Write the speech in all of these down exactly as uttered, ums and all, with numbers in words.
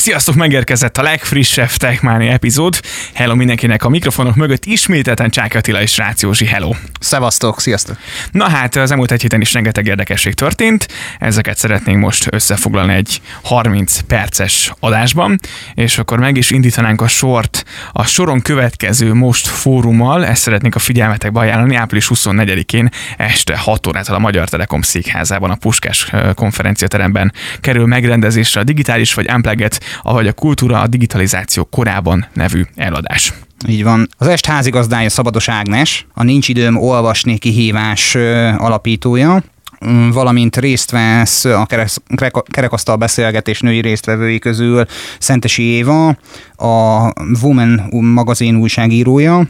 Sziasztok, megérkezett a legfrissebb Techmania epizód. Hello mindenkinek a mikrofonok mögött ismételten Csáky Attila és Rácz Józsi. Hello! Szevasztok, sziasztok! Na hát, az elmúlt egy héten is rengeteg érdekesség történt. Ezeket szeretnénk most összefoglalni egy harminc perces adásban, és akkor meg is indítanánk a sort a soron következő Most fórummal. Ezt szeretnénk a figyelmetekbe ajánlani április huszonnegyedikén este hat órától a Magyar Telekom székházában, a Puskás konferenciateremben kerül megrendezésre a Digitális vagy Unplugged, ahogy a Kultúra a digitalizáció korában nevű eladás. Így van. Az est házigazdája Szabados Ágnes, a Nincs időm olvasni kihívás alapítója, valamint részt vesz a kerekasztal beszélgetés női résztvevői közül Szentesi Éva, a Woman magazin újságírója,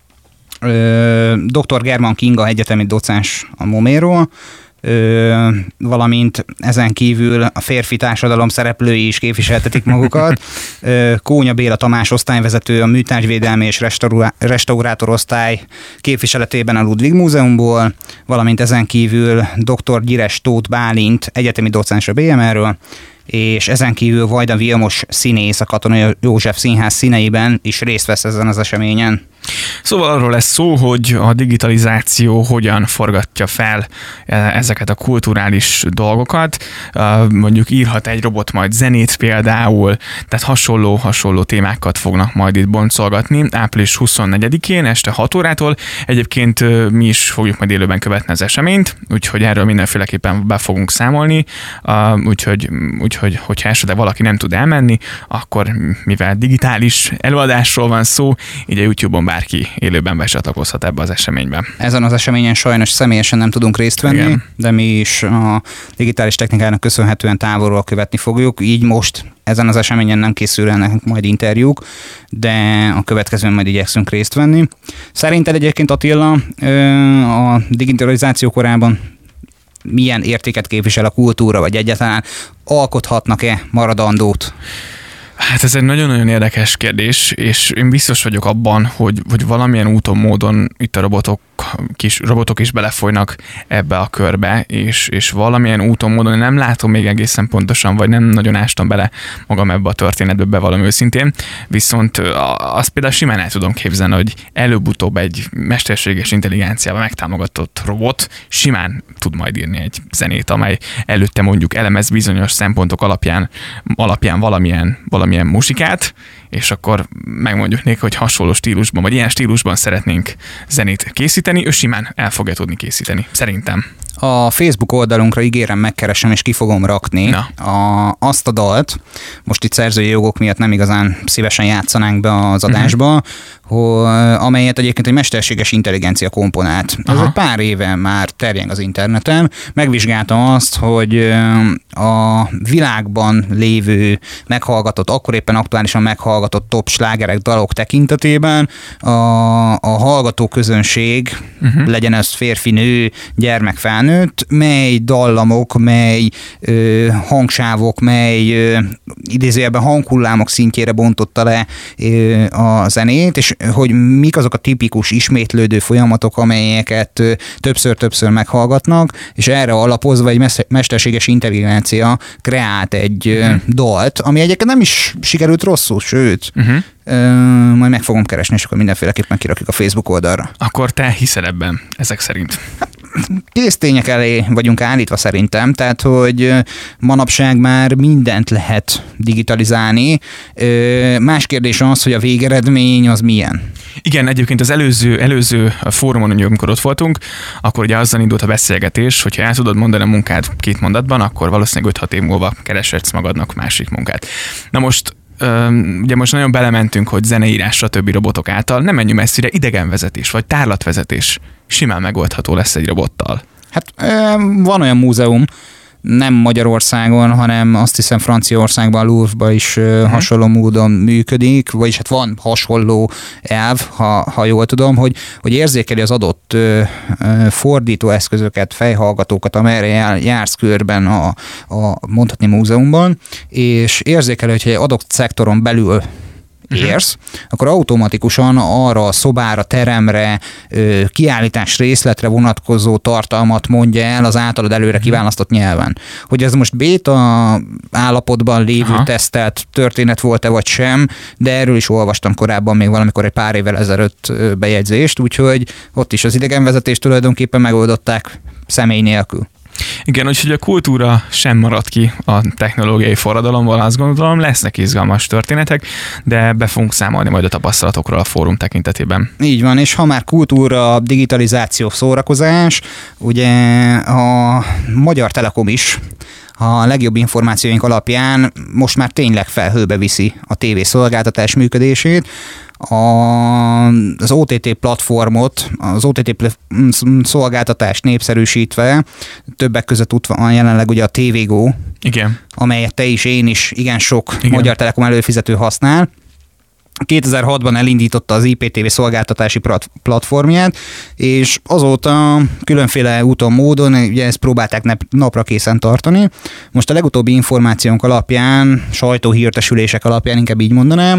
doktor German Kinga egyetemi docens a Moméról, Ö, valamint ezen kívül a férfi társadalom szereplői is képviseltetik magukat. Ö, Kónya Béla Tamás osztályvezető a műtárgyvédelmi és restaurá- restaurátorosztály képviseletében a Ludwig Múzeumból, valamint ezen kívül doktor Gyires Tóth Bálint egyetemi docens a bé em er-ről, és ezen kívül Vajda Vilmos színész a Katona József Színház színeiben is részt vesz ezen az eseményen. Szóval arról lesz szó, hogy a digitalizáció hogyan forgatja fel ezeket a kulturális dolgokat. Mondjuk írhat egy robot majd zenét például, tehát hasonló-hasonló témákat fognak majd itt boncolgatni április huszonnegyedikén este hat órától. Egyébként mi is fogjuk majd élőben követni az eseményt, úgyhogy erről mindenféleképpen be fogunk számolni, úgyhogy, úgyhogy hogyha esetleg valaki nem tud elmenni, akkor mivel digitális előadásról van szó, így a YouTube-on bárki élőben becsatlakozhat ebbe az eseménybe. Ezen az eseményen sajnos személyesen nem tudunk részt venni, igen, de mi is a digitális technikának köszönhetően távolról követni fogjuk, így most ezen az eseményen nem készülnek majd interjúk, de a következőn majd igyekszünk részt venni. Szerinted egyébként, Attila, a digitalizáció korában milyen értéket képvisel a kultúra, vagy egyáltalán alkothatnak-e maradandót? Hát ez egy nagyon-nagyon érdekes kérdés, és én biztos vagyok abban, hogy, hogy valamilyen úton, módon itt a robotok, kis robotok is belefolynak ebbe a körbe, és, és valamilyen úton, módon nem látom még egészen pontosan, vagy nem nagyon ástam bele magam ebbe a történetbe, bevallom őszintén, viszont azt például simán el tudom képzelni, hogy előbb-utóbb egy mesterséges intelligenciával megtámogatott robot simán tud majd írni egy zenét, amely előtte mondjuk elemez bizonyos szempontok alapján, alapján valamilyen, valamilyen musikát, és akkor megmondjuk neki, hogy hasonló stílusban, vagy ilyen stílusban szeretnénk zenét készíteni, ő simán el fogja tudni készíteni, szerintem. A Facebook oldalunkra ígérem, megkeresem és ki fogom rakni a, azt a dalt, most itt szerzői jogok miatt nem igazán szívesen játszanánk be az adásba, uh-huh. hogy, amelyet egyébként egy mesterséges intelligencia komponált. Ez egy pár éve már terjeng az interneten. Megvizsgáltam azt, hogy a világban lévő meghallgatott, akkor éppen aktuálisan meghallgatott top slágerek, dalok tekintetében a, a hallgató közönség, uh-huh. legyen ez férfi, nő, gyermek, felnőtt, mely dallamok, mely ö, hangsávok, mely ö, idézőjelben hanghullámok szintjére bontotta le ö, a zenét, és hogy mik azok a tipikus ismétlődő folyamatok, amelyeket ö, többször-többször meghallgatnak, és erre alapozva egy mesterséges intelligencia kreált egy ö, uh-huh. dalt, ami egyébként nem is sikerült rosszul, sőt, uh-huh. ö, majd meg fogom keresni, és akkor mindenféleképpen kirakjuk a Facebook oldalra. Akkor te hiszel ebben, ezek szerint? Hát, késztények elé vagyunk állítva szerintem, tehát hogy manapság már mindent lehet digitalizálni. Más kérdés az, hogy a végeredmény az milyen. Igen, egyébként az előző, előző fórumon, amikor ott voltunk, akkor ugye azzal indult a beszélgetés, hogyha el tudod mondani a munkád két mondatban, akkor valószínűleg öt-hat év múlva kereshetsz magadnak másik munkát. Na most ugye most nagyon belementünk, hogy zeneírás, stb. Robotok által, nem menjünk messzire, idegenvezetés vagy tárlatvezetés simán megoldható lesz egy robottal. Hát van olyan múzeum, nem Magyarországon, hanem azt hiszem Franciaországban, a Louvre-ban is uh-huh. hasonló módon működik, vagyis hát van hasonló elv, ha, ha jól tudom, hogy, hogy érzékeli az adott uh, fordítóeszközöket, fejhallgatókat, amelyre jársz körben a, a mondhatni múzeumban, és érzékeli, hogyha egy adott szektoron belül érsz, uh-huh. akkor automatikusan arra a szobára, teremre, kiállítás részletre vonatkozó tartalmat mondja el az általad előre kiválasztott nyelven. Hogy ez most béta állapotban lévő Aha. tesztelt történet volt-e vagy sem, de erről is olvastam korábban még valamikor egy pár évvel ezelőtt bejegyzést, úgyhogy ott is az idegenvezetést tulajdonképpen megoldották személy nélkül. Igen, úgyhogy a kultúra sem marad ki a technológiai forradalomból, azt gondolom, lesznek izgalmas történetek, de be fogunk számolni majd a tapasztalatokról a fórum tekintetében. Így van, és ha már kultúra, digitalizáció, szórakozás, ugye a Magyar Telekom is a legjobb információink alapján most már tényleg felhőbe viszi a tévészolgáltatás működését. A, az o té té platformot, az o té té szolgáltatást népszerűsítve, többek között ott van jelenleg ugye a té vé Go, igen. amelyet te is, én is, igen sok igen. Magyar Telekom előfizető használ. kétezer-hatban elindította az i pé té vé szolgáltatási platformját, és azóta különféle úton, módon ugye ezt próbálták napra készen tartani. Most a legutóbbi információnk alapján, sajtóhírtesülések alapján, inkább így mondanám,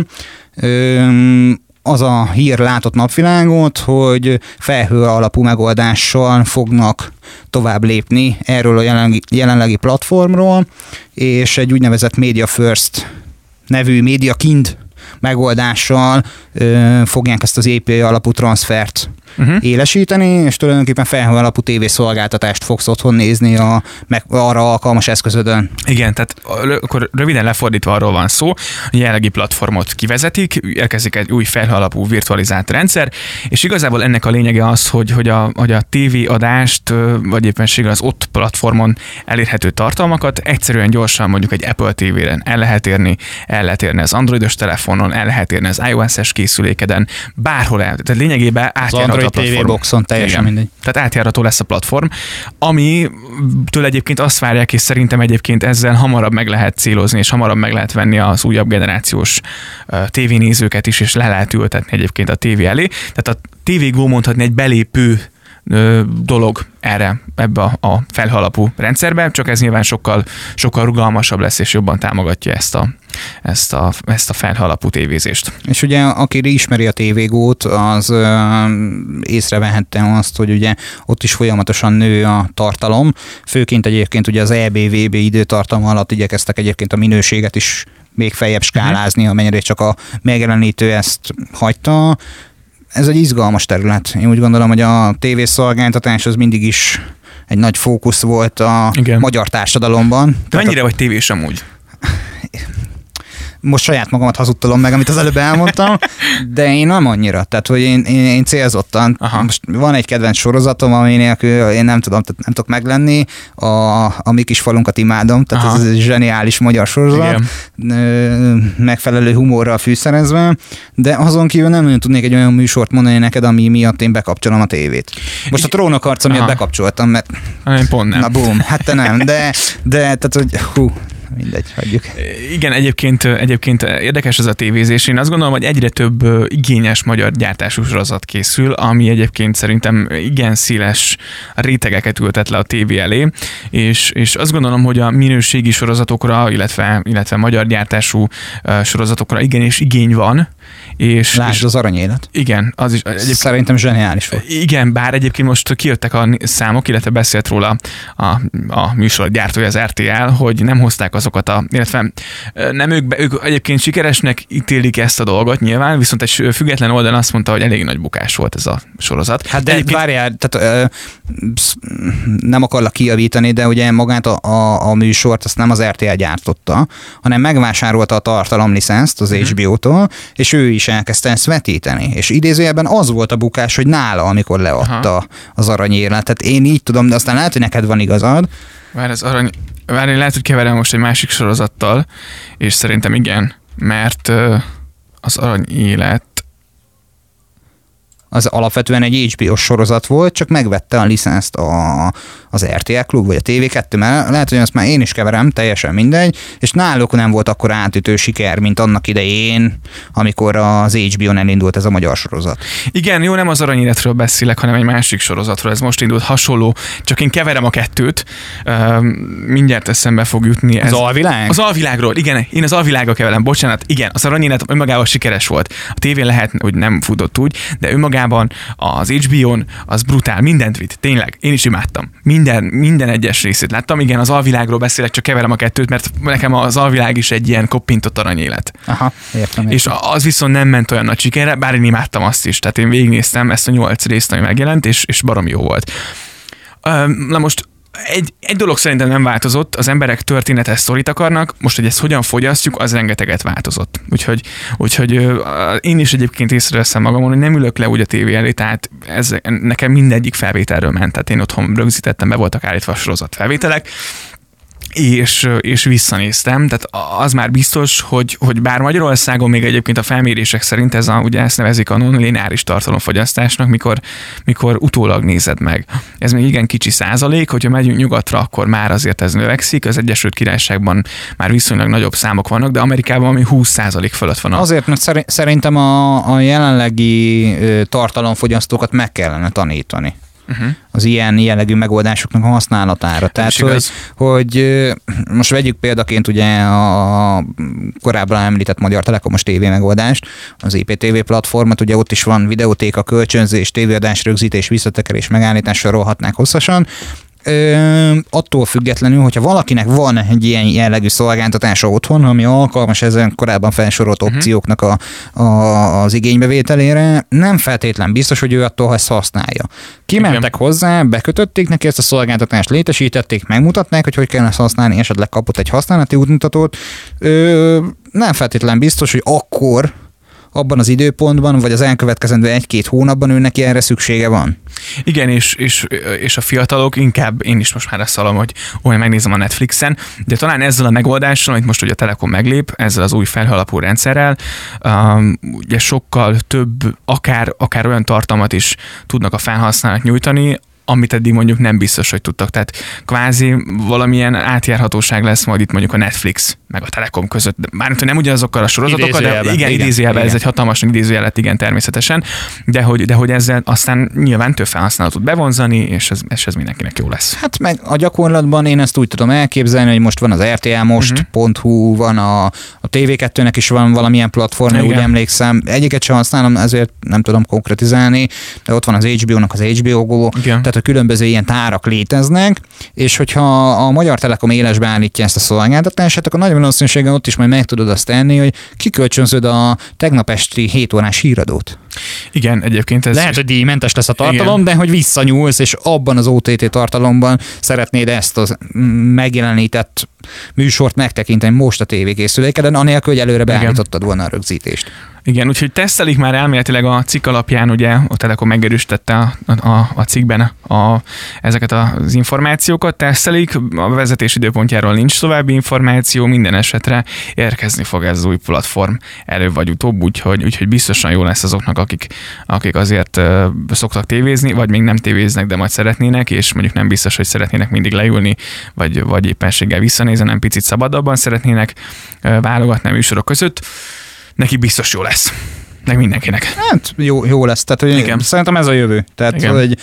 az a hír látott napvilágot, hogy felhő alapú megoldással fognak tovább lépni erről a jelenlegi, jelenlegi platformról, és egy úgynevezett Media First nevű Media Kind megoldással ö, fogják ezt az á pé i alapú transfert uh-huh. élesíteni, és tulajdonképpen felhő alapú tévészolgáltatást fogsz otthon nézni a, meg, arra alkalmas eszközödön. Igen, tehát akkor röviden lefordítva arról van szó, a jelenlegi platformot kivezetik, érkezik egy új felhő alapú virtualizált rendszer, és igazából ennek a lényege az, hogy, hogy, a, hogy a tévéadást, vagy éppenséggel az ott platformon elérhető tartalmakat egyszerűen gyorsan mondjuk egy Apple té vére el lehet érni, el lehet érni az androidos telefonon, el lehet érni az iOS-es készülékeden, bárhol el. Tehát lényegében átjárható a platform. té vé boxon, teljesen Igen. mindegy. Tehát átjárható lesz a platform, amitől egyébként azt várják, és szerintem egyébként ezzel hamarabb meg lehet célozni, és hamarabb meg lehet venni az újabb generációs tévénézőket is, és le lehet ültetni egyébként a tévé elé. Tehát a té vé Go mondhatni egy belépő dolog erre, ebbe a, a felhő alapú rendszerbe, csak ez nyilván sokkal, sokkal rugalmasabb lesz, és jobban támogatja ezt a, ezt a, ezt a felhő alapú tévézést. És ugye, aki ismeri a té vé Go-t, az ö, észrevehette azt, hogy ugye ott is folyamatosan nő a tartalom, főként egyébként ugye az é bé vé bé időtartalma alatt igyekeztek egyébként a minőséget is még feljebb skálázni, uh-huh. amennyire csak a megjelenítő ezt hagyta. Ez egy izgalmas terület. Én úgy gondolom, hogy a tévészolgáltatás az mindig is egy nagy fókusz volt a Igen. magyar társadalomban. De mennyire a... vagy tévés amúgy? Most saját magamat hazudtolom meg, amit az előbb elmondtam, de én nem annyira. Tehát, hogy én, én, én célzottan. Aha. Most van egy kedvenc sorozatom, ami nélkül én nem tudom, tehát nem tudok meglenni. A, a mi kis falunkat imádom, tehát Aha. ez egy zseniális magyar sorozat, Igen. megfelelő humorral fűszerezve, de azon kívül nem nagyon tudnék egy olyan műsort mondani neked, ami miatt én bekapcsolom a tévét. Most a Trónok harca miatt bekapcsoltam, mert... Én pont nem. Na boom, hát te nem, de, de tehát, hogy hú, mindegy, hagyjuk. Igen, egyébként, egyébként érdekes ez a tévézés. Én azt gondolom, hogy egyre több igényes magyar gyártású sorozat készül, ami egyébként szerintem igen széles rétegeket ültet le a tévé elé, és, és azt gondolom, hogy a minőségi sorozatokra, illetve, illetve magyar gyártású sorozatokra igenis igény van. És, Lásd és az Aranyélet. Igen, az is. Szerintem zseniális volt. Igen, bár egyébként most kijöttek a számok, illetve beszélt róla a, a műsor gyártója, az er té el, hogy nem hozták azokat a, illetve nem ők, ők egyébként sikeresnek ítélik ezt a dolgot nyilván, viszont egy független oldalon azt mondta, hogy elég nagy bukás volt ez a sorozat. Hát de egyébként... várjál, tehát ö, nem akarlak kijavítani, de ugye magát a, a, a műsort azt nem az er té el gyártotta, hanem megvásárolta a tartalomlicenszt az mm-hmm. há bé ó-tól, és ő is elkezdte ezt vetíteni. És idézőjelben az volt a bukás, hogy nála, amikor leadta Aha. az Aranyélet. Tehát én így tudom, de aztán lehet, hogy neked van igazad. Várj, az arany... Várj, lehet, hogy keverem most egy másik sorozattal, és szerintem igen, mert az Aranyélet... az alapvetően egy há bé ó sorozat volt, csak megvette a licenszt a, az er té el Klub, vagy a té vé kettő, mert lehet, hogy azt már én is keverem, teljesen mindegy, és náluk nem volt akkor átütő siker, mint annak idején, amikor az há bé ó-n elindult ez a magyar sorozat. Igen, jó, nem az Aranyéletről beszélek, hanem egy másik sorozatról, ez most indult hasonló, csak én keverem a kettőt, uh, mindjárt eszembe fog jutni. Ez az Alvilág? Az Alvilágról, igen, én az Alvilággal keverem, bocsánat, igen, az Aranyélet önmagában sikeres volt. A tévén lehet, hogy nem futott úgy, de önmagában az há bé ó-n az brutál, mindent vitt, tényleg, én is imádtam. Minden, minden egyes részét láttam, igen, az Alvilágról beszélek, csak keverem a kettőt, mert nekem az Alvilág is egy ilyen koppintott Aranyélet. Aha, értem, értem. És az viszont nem ment olyan nagy sikerre, bár én imádtam azt is, tehát én végignéztem ezt a nyolc részt, ami megjelent, és, és baromi jó volt. Na most Egy, egy dolog szerintem nem változott, az emberek történetes sztorit akarnak, most, hogy ezt hogyan fogyasztjuk, az rengeteget változott. Úgyhogy, úgyhogy én is egyébként észreveszem magamon, hogy nem ülök le úgy a tévé elé, tehát ez nekem mindegyik felvételről ment, tehát én otthon rögzítettem, be voltak állítva a sorozat felvételek, és, és visszanéztem, tehát az már biztos, hogy, hogy bár Magyarországon még egyébként a felmérések szerint ez a, ugye ezt nevezik a non-lineáris tartalomfogyasztásnak, mikor, mikor utólag nézed meg. Ez még igen kicsi százalék, hogyha megyünk nyugatra, akkor már azért ez növekszik, az Egyesült Királyságban már viszonylag nagyobb számok vannak, de Amerikában ami húsz százalék fölött van. A... Azért, mert szerintem a, a jelenlegi tartalomfogyasztókat meg kellene tanítani. Uh-huh. Az ilyen jellegű megoldásoknak a használatára. Tehát, hogy, hogy most vegyük példaként ugye a korábban említett Magyar Telekomos tévé megoldást, az i pé té vé platformot, ugye ott is van videótéka, kölcsönzés, tévéadás, rögzítés, visszatekerés, megállítás, sorolhatnák hosszasan. Ö, attól függetlenül, hogyha valakinek van egy ilyen jellegű szolgáltatása otthon, ami alkalmas ezen korábban felsorolt uh-huh. opcióknak a, a, az igénybevételére, nem feltétlen biztos, hogy ő attól ezt használja. Kimentek Igen. hozzá, bekötötték neki ezt a szolgáltatást, létesítették, megmutatták, hogy hogy kell ezt használni, esetleg kapott egy használati útmutatót. Ö, nem feltétlen biztos, hogy akkor abban az időpontban, vagy az elkövetkezendő egy-két hónapban ő neki erre szüksége van. Igen, és, és, és a fiatalok inkább, én is most már ezt hallom, hogy olyan megnézem a Netflixen, de talán ezzel a megoldással, amit most ugye a Telekom meglép, ezzel az új felhőalapú rendszerrel, um, ugye sokkal több, akár, akár olyan tartalmat is tudnak a felhasználók nyújtani, amit eddig mondjuk nem biztos, hogy tudtak. Tehát kvázi valamilyen átjárhatóság lesz majd itt mondjuk a Netflix meg a Telekom között. Mármint, hogy nem ugyanazokkal a sorozatokkal, de igen, igen, idézőjelben, ez egy hatalmas idézőjelet, igen, természetesen, de hogy, de hogy ezzel aztán nyilván több felhasználót tud bevonzani, és ez, és ez mindenkinek jó lesz. Hát meg a gyakorlatban én ezt úgy tudom elképzelni, hogy most van az er té el most pont hú, uh-huh. van a, a té vé kettőnek is van valamilyen platform, úgy emlékszem. Egyiket sem használom, ezért nem tudom konkretizálni, de ott van az há bé ó-nak az há bé ó Go, tehát a különböző ilyen tárak léteznek, és hogyha a Magyar Telekom élesbe állítja ezt a szolgáltatását, akkor nagy valószínűséggel ott is majd meg tudod azt tenni, hogy kikölcsönzöd a tegnap esti hét órás híradót. Igen, egyébként ez... Lehet, hogy díjmentes lesz a tartalom, igen. de hogy visszanyúlsz, és abban az o té té tartalomban szeretnéd ezt a megjelenített műsort megtekinteni most a tévékészülékeden, anélkül, hogy előre beállítottad volna a rögzítést. Igen, úgyhogy tesztelik már elméletileg a cikk alapján, ugye a Telekom megerősítette a, a, a cikkben a, ezeket az információkat, tesztelik, a vezetés időpontjáról nincs további információ, minden esetre érkezni fog ez az új platform előbb vagy utóbb, úgyhogy, úgyhogy biztosan jó lesz azoknak, akik, akik azért uh, szoktak tévézni, vagy még nem tévéznek, de majd szeretnének, és mondjuk nem biztos, hogy szeretnének mindig leülni, vagy, vagy éppenséggel visszanézni, nem picit szabadabban szeretnének uh, válogatni a műsorok között. Neki biztos jó lesz. Meg mindenkinek. Hát jó, jó lesz. Tehát, hogy igen. Szerintem ez a jövő. Tehát, igen. hogy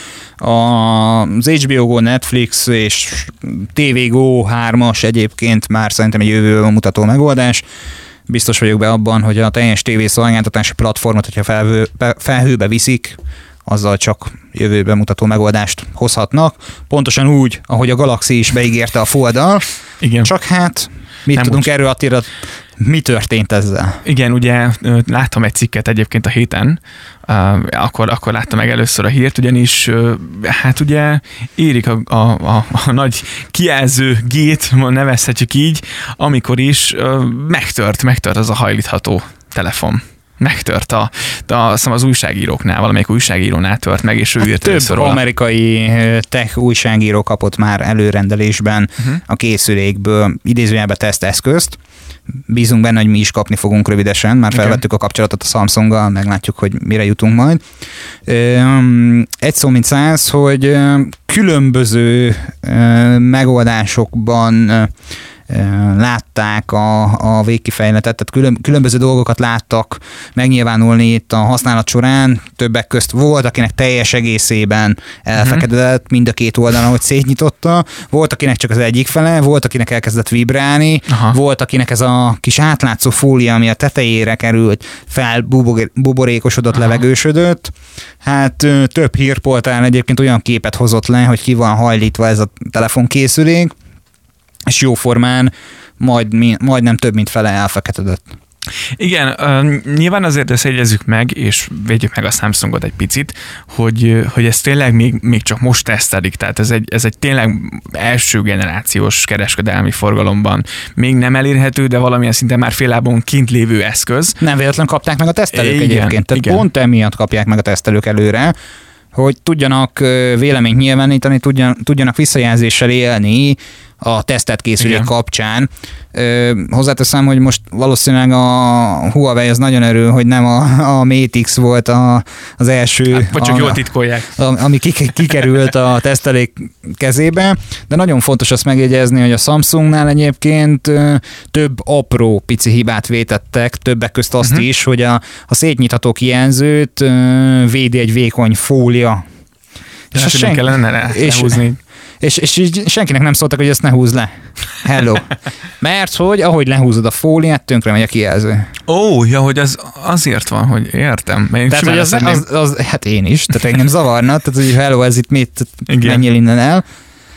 az há bé ó Go, Netflix és té vé Go hármas egyébként már szerintem egy jövőben mutató megoldás. Biztos vagyok be abban, hogy a teljes tévészolgáltatási platformot, hogyha felhő, felhőbe viszik, azzal csak jövőben mutató megoldást hozhatnak. Pontosan úgy, ahogy a Galaxy is beígérte a Folddal. Igen. Csak hát mit nem tudunk úgy. Erről, Attila, mi történt ezzel? Igen, ugye láttam egy cikket egyébként a héten, akkor, akkor láttam meg először a hírt, ugyanis hát ugye érik a, a, a, a nagy kijelző gét, nevezhetjük így, amikor is megtört, megtört az a hajlítható telefon. Megtört a, a, az újságíróknál, valamelyik újságírónál tört meg, és ő hát írt több először róla. Amerikai tech újságíró kapott már előrendelésben uh-huh. a készülékből idézőjelbe teszteszközt, bízunk benne, hogy mi is kapni fogunk rövidesen, már felvettük a kapcsolatot a Samsunggal, meglátjuk, hogy mire jutunk majd. Egy szó mint száz, hogy különböző megoldásokban látták a, a végkifejletet, tehát külön, különböző dolgokat láttak megnyilvánulni itt a használat során, többek közt volt, akinek teljes egészében elfeketedett mind a két oldalon, hogy szétnyitotta, volt, akinek csak az egyik fele, volt, akinek elkezdett vibrálni, Aha. volt, akinek ez a kis átlátszó fólia, ami a tetejére került, felbuborékosodott, levegősödött. Hát több hírportál egyébként olyan képet hozott le, hogy ki van hajlítva ez a telefonkészülék, és jóformán majd, majdnem több, mint fele elfeketedett. Igen, uh, nyilván azért ezt jegyezzük meg, és védjük meg a Samsungot egy picit, hogy, hogy ez tényleg még, még csak most tesztelik, tehát ez egy, ez egy tényleg első generációs kereskedelmi forgalomban még nem elérhető, de valamilyen szinten már félábon kint lévő eszköz. Nem véletlen kapták meg a tesztelők igen, egyébként, tehát igen. pont emiatt kapják meg a tesztelők előre, hogy tudjanak véleményt nyilvánítani, tudjanak visszajelzéssel élni a tesztelt készülék Igen. kapcsán. Ö, hozzáteszem, hogy most valószínűleg a Huawei az nagyon örül, hogy nem a, a Mate X volt a, az első, hát, vagy csak a, jól titkolják. A, ami kikerült a tesztelék kezébe, de nagyon fontos azt megjegyezni, hogy a Samsungnál egyébként több apró pici hibát vétettek, többek közt azt uh-huh. is, hogy a, a szétnyitható kijelzőt védi egy vékony fólia. És hát, sen... kellene le, és, lehúzni. És, és, és senkinek nem szóltak, hogy ezt ne húzd le. Hello. Mert hogy ahogy lehúzod a fóliát, tönkre megy a kijelző. Ó, ja, hogy az azért van, hogy értem. Tehát, hogy az, az, az, hát én is, tehát engem zavarna, tehát hogy hello, ez itt mit, menjél innen el.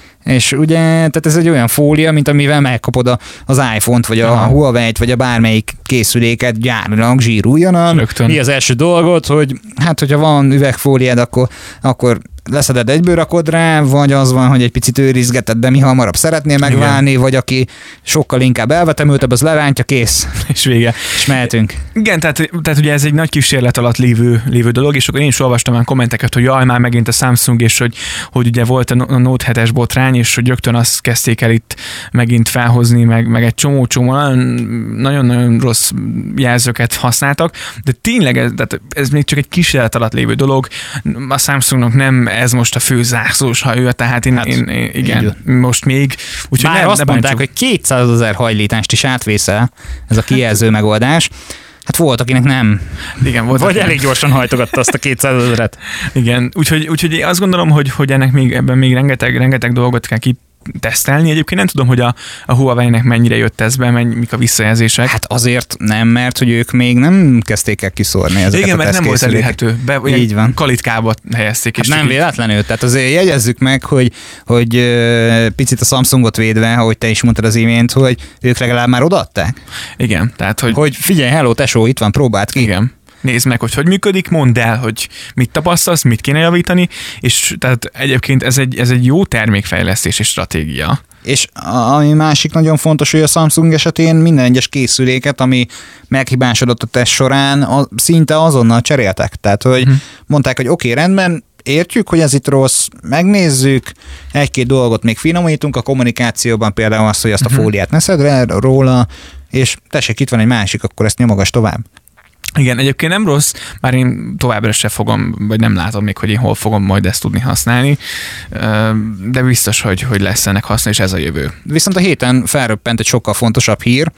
És ugye, tehát ez egy olyan fólia, mint amivel megkapod a, az iPhone-t, vagy a Aha. Huawei-t, vagy a bármelyik készüléket gyárilag zsírújjonan. Rögtön. Mi az első dolgot, hogy hát, hogyha van üvegfóliád, akkor, akkor leszeded, egyből rakod rá, vagy az van, hogy egy picit őrizgeted, de mi hamarabb szeretnél megválni, Igen. vagy aki sokkal inkább elvetemültebb, az lerántja, kész. És vége. És mehetünk. Igen, tehát, tehát ugye ez egy nagy kísérlet alatt lévő, lévő dolog, és akkor én is olvastam már kommenteket, hogy jaj, már megint a Samsung, és hogy, hogy ugye volt a Note hetes botrány, és hogy rögtön azt kezdték el itt megint felhozni, meg, meg egy csomó-csomó nagyon-nagyon rossz jelzőket használtak, de tényleg ez, ez még csak egy kísérlet alatt lévő dolog. A Samsungnak nem ez most a fő zászlós hajója, tehát én, hát, én, én igen, most még. Úgyhogy Bár ne, azt ne mondták, hogy kétszázezer hajlítást is átvészel ez a kijelző megoldás. Hát volt, akinek nem. Igen, volt. Vagy elég gyorsan hajtogatta azt a kétszázezret. Igen, úgyhogy, úgyhogy azt gondolom, hogy, hogy ennek még, ebben még rengeteg, rengeteg dolgot kell ki tesztelni. Egyébként nem tudom, hogy a, a Huawei-nek mennyire jött ez be, menny, mik a visszajelzések. Hát azért nem, mert hogy ők még nem kezdték el kiszórni ezeket Igen, a mert nem volt elérhető. Be, Így van. Kalitkába helyezték. Hát és nem így... véletlenül. Tehát azért jegyezzük meg, hogy, hogy picit a Samsungot védve, ahogy te is mondtad az imént, hogy ők legalább már odaadták. Igen, tehát hogy... Hogy figyelj, hello, tesó, itt van, próbáld ki. Igen. Nézd meg, hogy hogy működik, mondd el, hogy mit tapasztalsz, mit kéne javítani, és tehát egyébként ez egy, ez egy jó termékfejlesztési stratégia. És ami másik nagyon fontos, hogy a Samsung esetén minden egyes készüléket, ami meghibásodott a teszt során, a, szinte azonnal cseréltek. Tehát, hogy hmm. mondták, hogy oké, okay, rendben, értjük, hogy ez itt rossz, megnézzük, egy-két dolgot még finomítunk a kommunikációban, például azt, hogy azt a fóliát ne szedd le róla, és tessék, itt van egy másik, akkor ezt nyomogass tovább. Igen, egyébként nem rossz, már én továbbra se fogom, vagy nem látom még, hogy én hol fogom majd ezt tudni használni, de biztos, hogy, hogy lesz ennek haszna, és ez a jövő. Viszont a héten felröppent egy sokkal fontosabb hír.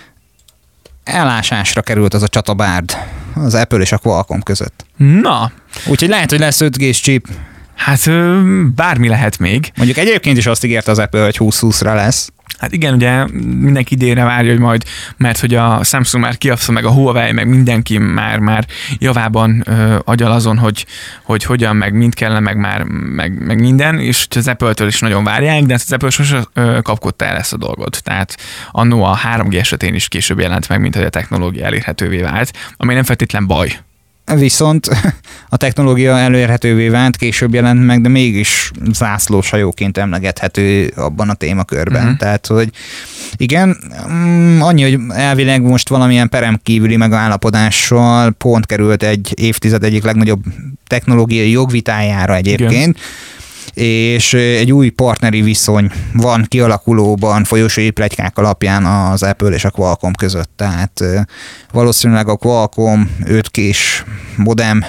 Elásásra került az a csatabárd az Apple és a Qualcomm között. Na! Úgyhogy lehet, hogy lesz öt G-s chip. Hát bármi lehet még. Mondjuk egyébként is azt ígérte az Apple, hogy húsz húszra lesz. Hát igen, ugye mindenki idénre várja, hogy majd, mert hogy a Samsung már kiapsza, meg a Huawei, meg mindenki már, már javában ö, agyal azon, hogy, hogy hogyan, meg mind kellene, meg már, meg, meg minden, és az Apple-től is nagyon várják, de az Apple sose ö, kapkodta el ezt a dolgot. Tehát annó a három G esetén is később jelent meg, mint hogy a technológia elérhetővé vált, ami nem feltétlen baj. Viszont a technológia elérhetővé vált, később jelent meg, de mégis zászlós hajóként emlegethető abban a témakörben. Uh-huh. Tehát, hogy igen, annyi, hogy elvileg most valamilyen perem kívüli megállapodással pont került egy évtized egyik legnagyobb technológiai jogvitájára egyébként, igen. és egy új partneri viszony van kialakulóban folyosói pletykák alapján az Apple és a Qualcomm között. Tehát valószínűleg a Qualcomm öt kés modem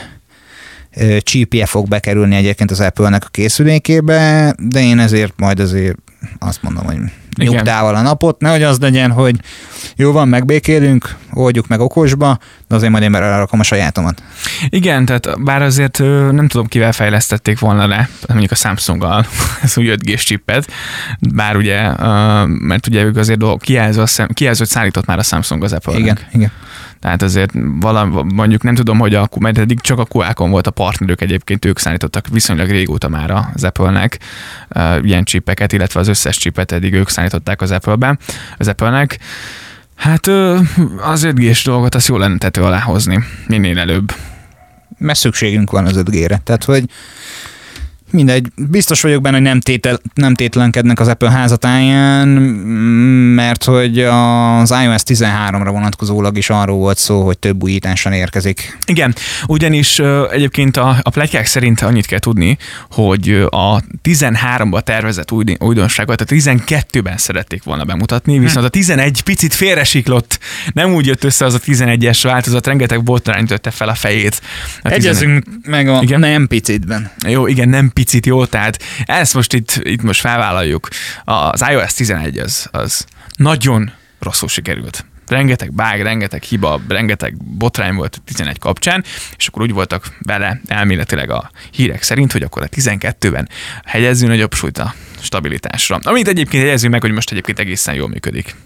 csípje fog bekerülni egyébként az Apple-nek a készülékébe, de én ezért majd azért azt mondom, hogy nyugtával a napot, nehogy az legyen, hogy jó van, megbékélünk, oldjuk meg okosba, de azért majd én belerakom a sajátomat. Igen, tehát bár azért nem tudom, kivel fejlesztették volna le, mondjuk a Samsunggal ez úgy öt gés csippet, bár ugye, mert ugye ők azért kijelzőt szállított már a Samsung az Apple-nek. Igen, igen. Tehát azért valami, mondjuk nem tudom, hogy a, mert eddig csak a Qualcomm volt a partnerük, egyébként ők szállítottak viszonylag régóta már az Apple-nek uh, ilyen csipeket, illetve az összes csipet eddig ők szállították az Apple-be, az Apple-nek. Hát uh, az öt gés dolgot azt jól lenne tető alá hozni, minél előbb. Mert szükségünk van az öt gére, tehát hogy mindegy, biztos vagyok benne, hogy nem, tétel, nem tétlenkednek az Apple házatáján, mert hogy az iOS tizenháromra vonatkozólag is arról volt szó, hogy több újításon érkezik. Igen, ugyanis egyébként a, a pletykák szerint annyit kell tudni, hogy a tizenháromba tervezett új, újdonságot a tizenkettőben szerették volna bemutatni, viszont a tizenegy picit félresiklott, nem úgy jött össze az a tizenegyes változat, rengeteg botrány ütötte fel a fejét. A Egyezünk meg a igen? nem picitben. Jó, igen, nem picit jó, tehát ezt most itt, itt most felvállaljuk. Az iOS tizenegy az, az nagyon rosszul sikerült. Rengeteg bug, rengeteg hiba, rengeteg botrány volt a tizenegy kapcsán, és akkor úgy voltak vele elméletileg a hírek szerint, hogy akkor a tizenkettőben hegyezzünk nagyobb súlyt a stabilitásra. Amit egyébként hegyezzünk meg, hogy most egyébként egészen jól működik.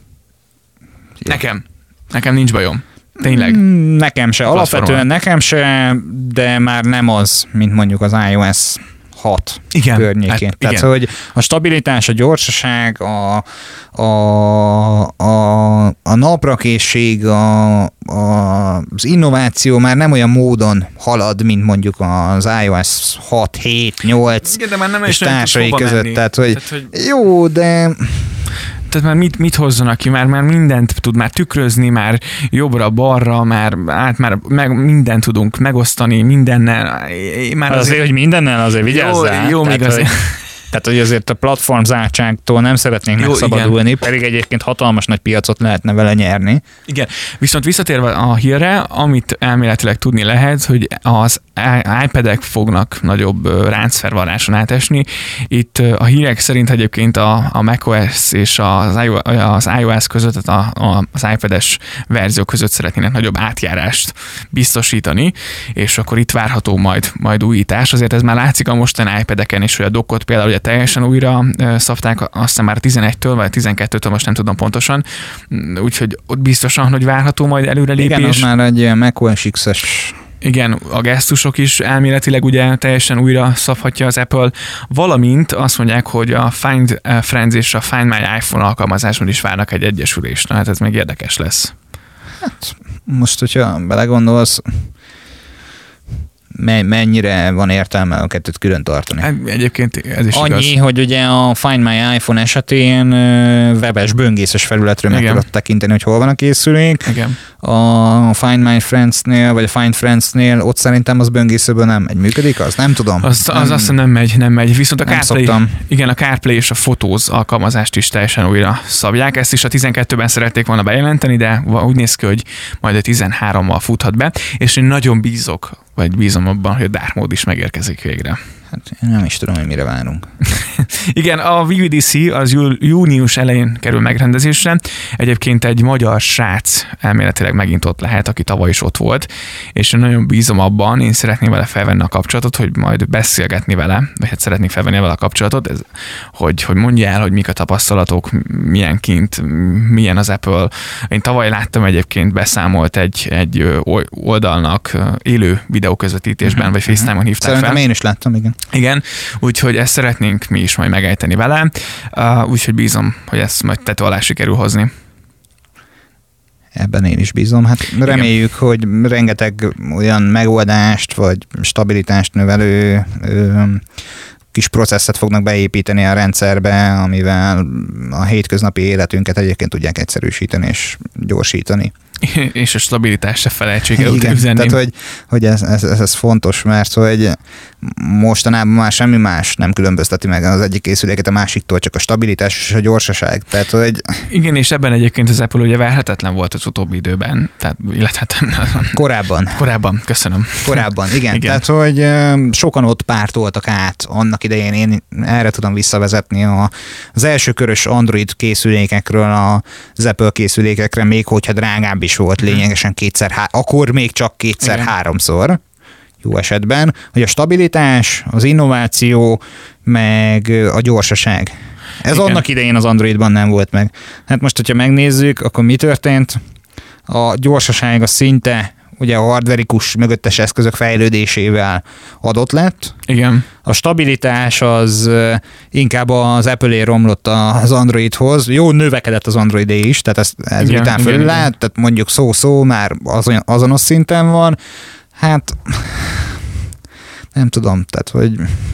Jó. Nekem. Nekem nincs bajom. Tényleg. Nekem se. Alapvetően nekem se, de már nem az, mint mondjuk az iOS hat igen, környékén. Hát, Tehát, igen. hogy a stabilitás, a gyorsaság, a, a, a, a naprakészség, a, a, az innováció már nem olyan módon halad, mint mondjuk az iOS hat, hét, nyolc igen, de már nem és társai között. Menni. Tehát, hogy, Tehát, hogy jó, de... Tehát már mit, mit hozzanak ki, már, már mindent tud már tükrözni, már jobbra-balra, már át, már meg, mindent tudunk megosztani, mindennel. Már azért, azért, hogy mindennel azért vigyázzál. Jó, jó tehát, még azért. Hogy, tehát, hogy azért a platform zártságtól nem szeretnénk jó, megszabadulni, igen. Pedig egyébként hatalmas nagy piacot lehetne vele nyerni. Igen, viszont visszatérve a hírre, amit elméletileg tudni lehet, hogy az iPad-ek fognak nagyobb ráncfervarráson átesni. Itt a hírek szerint egyébként a, a macOS és az, az iOS között, a, a, az iPad-es verzió között szeretnének nagyobb átjárást biztosítani, és akkor itt várható majd, majd újítás. Azért ez már látszik a mostani iPad-eken is, hogy a dockot például ugye teljesen újra szafták, azt hiszem már tizenegytől vagy tizenkettőtől, most nem tudom pontosan, úgyhogy ott biztosan, hogy várható majd előrelépés. Igen, az már egy ilyen macOS X-es. Igen, a gesztusok is elméletileg ugye teljesen újra szabhatja az Apple, valamint azt mondják, hogy a Find Friends és a Find My iPhone alkalmazásban is várnak egy egyesülést. Na, hát ez még érdekes lesz. Hát most, hogyha belegondolsz, mennyire van értelme a kettőt külön tartani. Hát egyébként ez is annyi, igaz. hogy ugye a Find My iPhone esetén webes, böngészes felületről meg tudod tekinteni, hogy hol van a készülék. Igen. A Find My Friends-nél, vagy a Find Friends-nél ott szerintem az böngészőből nem megy. Működik az? Nem tudom. Az, az nem, azt nem megy, nem megy. Viszont a CarPlay, szoktam. igen, a CarPlay és a Photos alkalmazást is teljesen újra szabják. Ezt is a tizenkettőben szerették volna bejelenteni, de úgy néz ki, hogy majd a tizenhárommal futhat be, és én nagyon bízok, vagy bízom abban, hogy a Dark Mode is megérkezik végre. Hát én nem is tudom, hogy mire várunk. Igen, a dupla vé dé cé az június elején kerül megrendezésre. Egyébként egy magyar srác elméletileg megint ott lehet, aki tavaly is ott volt, és én nagyon bízom abban, én szeretném vele felvenni a kapcsolatot, hogy majd beszélgetni vele, vagy hát szeretnék felvenni vele a kapcsolatot, ez, hogy, hogy mondja el, hogy mik a tapasztalatok, milyen kint, milyen az Apple. Én tavaly láttam egyébként, beszámolt egy, egy oldalnak élő videóközvetítésben, uh-huh. vagy FaceTime-on hívták Szerintem fel. én is láttam, igen. Igen, úgyhogy ezt szeretnénk mi is majd megejteni vele, uh, úgyhogy bízom, hogy ezt majd tető alá sikerül hozni. Ebben én is bízom. Hát reméljük, igen. hogy rengeteg olyan megoldást, vagy stabilitást növelő ö, kis processzet fognak beépíteni a rendszerbe, amivel a hétköznapi életünket egyébként tudják egyszerűsíteni és gyorsítani. És a stabilitás se felejtség el Igen, üzenni. tehát hogy, hogy ez, ez, ez, ez fontos, mert hogy mostanában már semmi más nem különbözteti meg az egyik készüléket a másiktól, csak a stabilitás és a gyorsaság. Tehát, hogy... Igen, és ebben egyébként az Apple ugye verhetetlen volt az utóbbi időben, tehát illetve korábban. Korábban, köszönöm. Korábban, igen. igen. Tehát, hogy sokan ott pártoltak át annak idején, én erre tudom visszavezetni a, az első körös Android készülékekről az Apple készülékekre, még hogyha drágább is volt lényegesen kétszer, há- akkor még csak kétszer-háromszor, jó esetben, hogy a stabilitás, az innováció, meg a gyorsaság. Ez igen. Annak idején az Androidban nem volt meg. Hát most, hogyha megnézzük, akkor mi történt? A gyorsaság a szinte ugye a hardverikus mögöttes eszközök fejlődésével adott lett. Igen. A stabilitás az inkább az Apple-é romlott az Androidhoz. Jó, növekedett az Androidé is, tehát ez, ez igen, után fölül lát, tehát mondjuk szó-szó már azon, azonos szinten van. Hát nem tudom, tehát hogy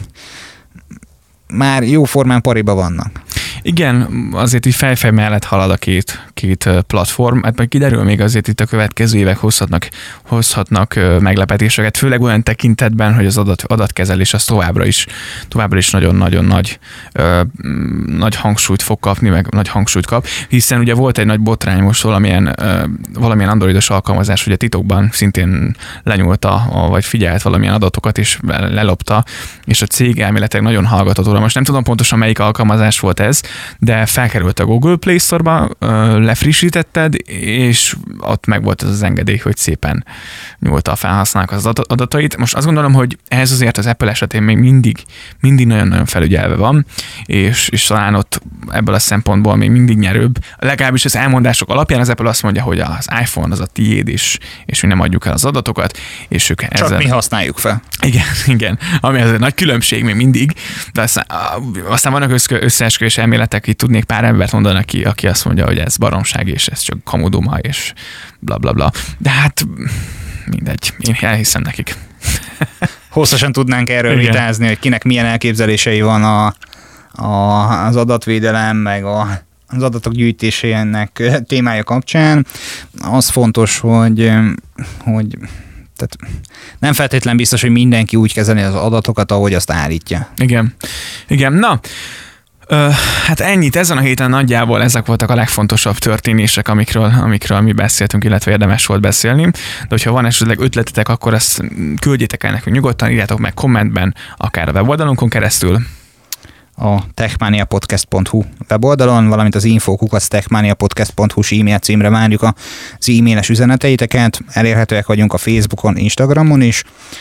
már jó formán pariba vannak. Igen, azért így fejfej mellett halad a két, két platform, hát majd kiderül még azért itt a következő évek hozhatnak, hozhatnak meglepetéseket, főleg olyan tekintetben, hogy az adat, adatkezelés az továbbra is, továbbra is nagyon-nagyon nagy, ö, nagy hangsúlyt fog kapni, meg nagy hangsúlyt kap, hiszen ugye volt egy nagy botrány most valamilyen, ö, valamilyen androidos alkalmazás, ugye titokban szintén lenyúlta, vagy figyelt valamilyen adatokat, és lelopta, és a cég elméletileg nagyon hallgatott róla. Most nem tudom pontosan melyik alkalmazás volt ez, de felkerült a Google Play Store-ba, lefrissítetted, és ott meg volt az az engedély, hogy szépen nyúlta a felhasználók az adatait. Most azt gondolom, hogy ez azért az Apple esetén még mindig, mindig nagyon-nagyon felügyelve van, és, és talán ott ebből a szempontból még mindig nyerőbb. Legalábbis az elmondások alapján az Apple azt mondja, hogy az iPhone az a tiéd, és, és mi nem adjuk el az adatokat, és ők ezzel... Csak mi használjuk fel. Igen, igen, ami az egy nagy különbség még mindig, de aztán, aztán vannak összeesküvés elméletek, itt tudnék pár embert mondani, aki, aki azt mondja, hogy ez baromság, és ez csak kamuduma, és bla bla bla. De hát mindegy, én elhiszem nekik. Hosszasan tudnánk erről igen. vitázni, hogy kinek milyen elképzelései van a, a, az adatvédelem, meg a, az adatok gyűjtésének témája kapcsán. Az fontos, hogy, hogy tehát nem feltétlen biztos, hogy mindenki úgy kezeli az adatokat, ahogy azt állítja. Igen. Igen, na, Ö, hát ennyit ezen a héten nagyjából ezek voltak a legfontosabb történések, amikről, amikről mi beszéltünk, illetve érdemes volt beszélni. De hogyha van esetleg ötletetek, akkor ezt küldjétek el nekünk nyugodtan, írjátok meg kommentben, akár a weboldalunkon keresztül. A techmaniapodcast pont hu weboldalon, valamint az info kukac techmaniapodcast pont hu-s e-mail címre várjuk az e-mailes üzeneteiteket. Elérhetőek vagyunk a Facebookon, Instagramon is.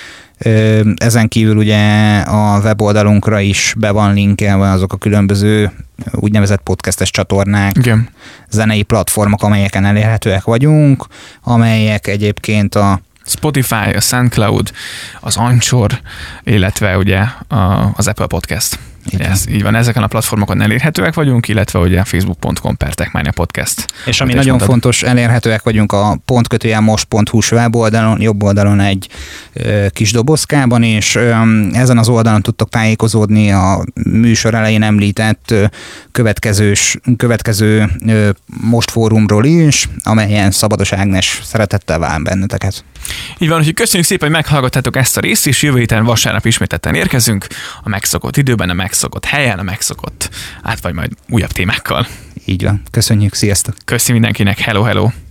Ezen kívül ugye a weboldalunkra is be van linkelve azok a különböző úgynevezett podcastes csatornák, igen. zenei platformok, amelyeken elérhetőek vagyunk, amelyek egyébként a Spotify, a SoundCloud, az Anchor, illetve ugye az Apple Podcast. Ez, így van, ezeken a platformokon elérhetőek vagyunk, illetve ugye facebook pont com per Techmania Podcast. És ami nagyon mondtad. fontos, elérhetőek vagyunk a pontkötőjel most pont hu-s weboldalon, jobb oldalon egy ö, kis dobozkában, és ö, ezen az oldalon tudtok tájékozódni a műsor elején említett ö, következős, következő ö, most fórumról is, amelyen Szabados Ágnes szeretettel vár benneteket. Így van, úgyhogy köszönjük szépen, hogy meghallgattátok ezt a részt, és jövő héten vasárnap ismételten érkezünk a megszokott időben, a megszokott helyen, a megszokott át vagy majd újabb témákkal. Így van. Köszönjük, sziasztok! Köszi mindenkinek, hello, hello!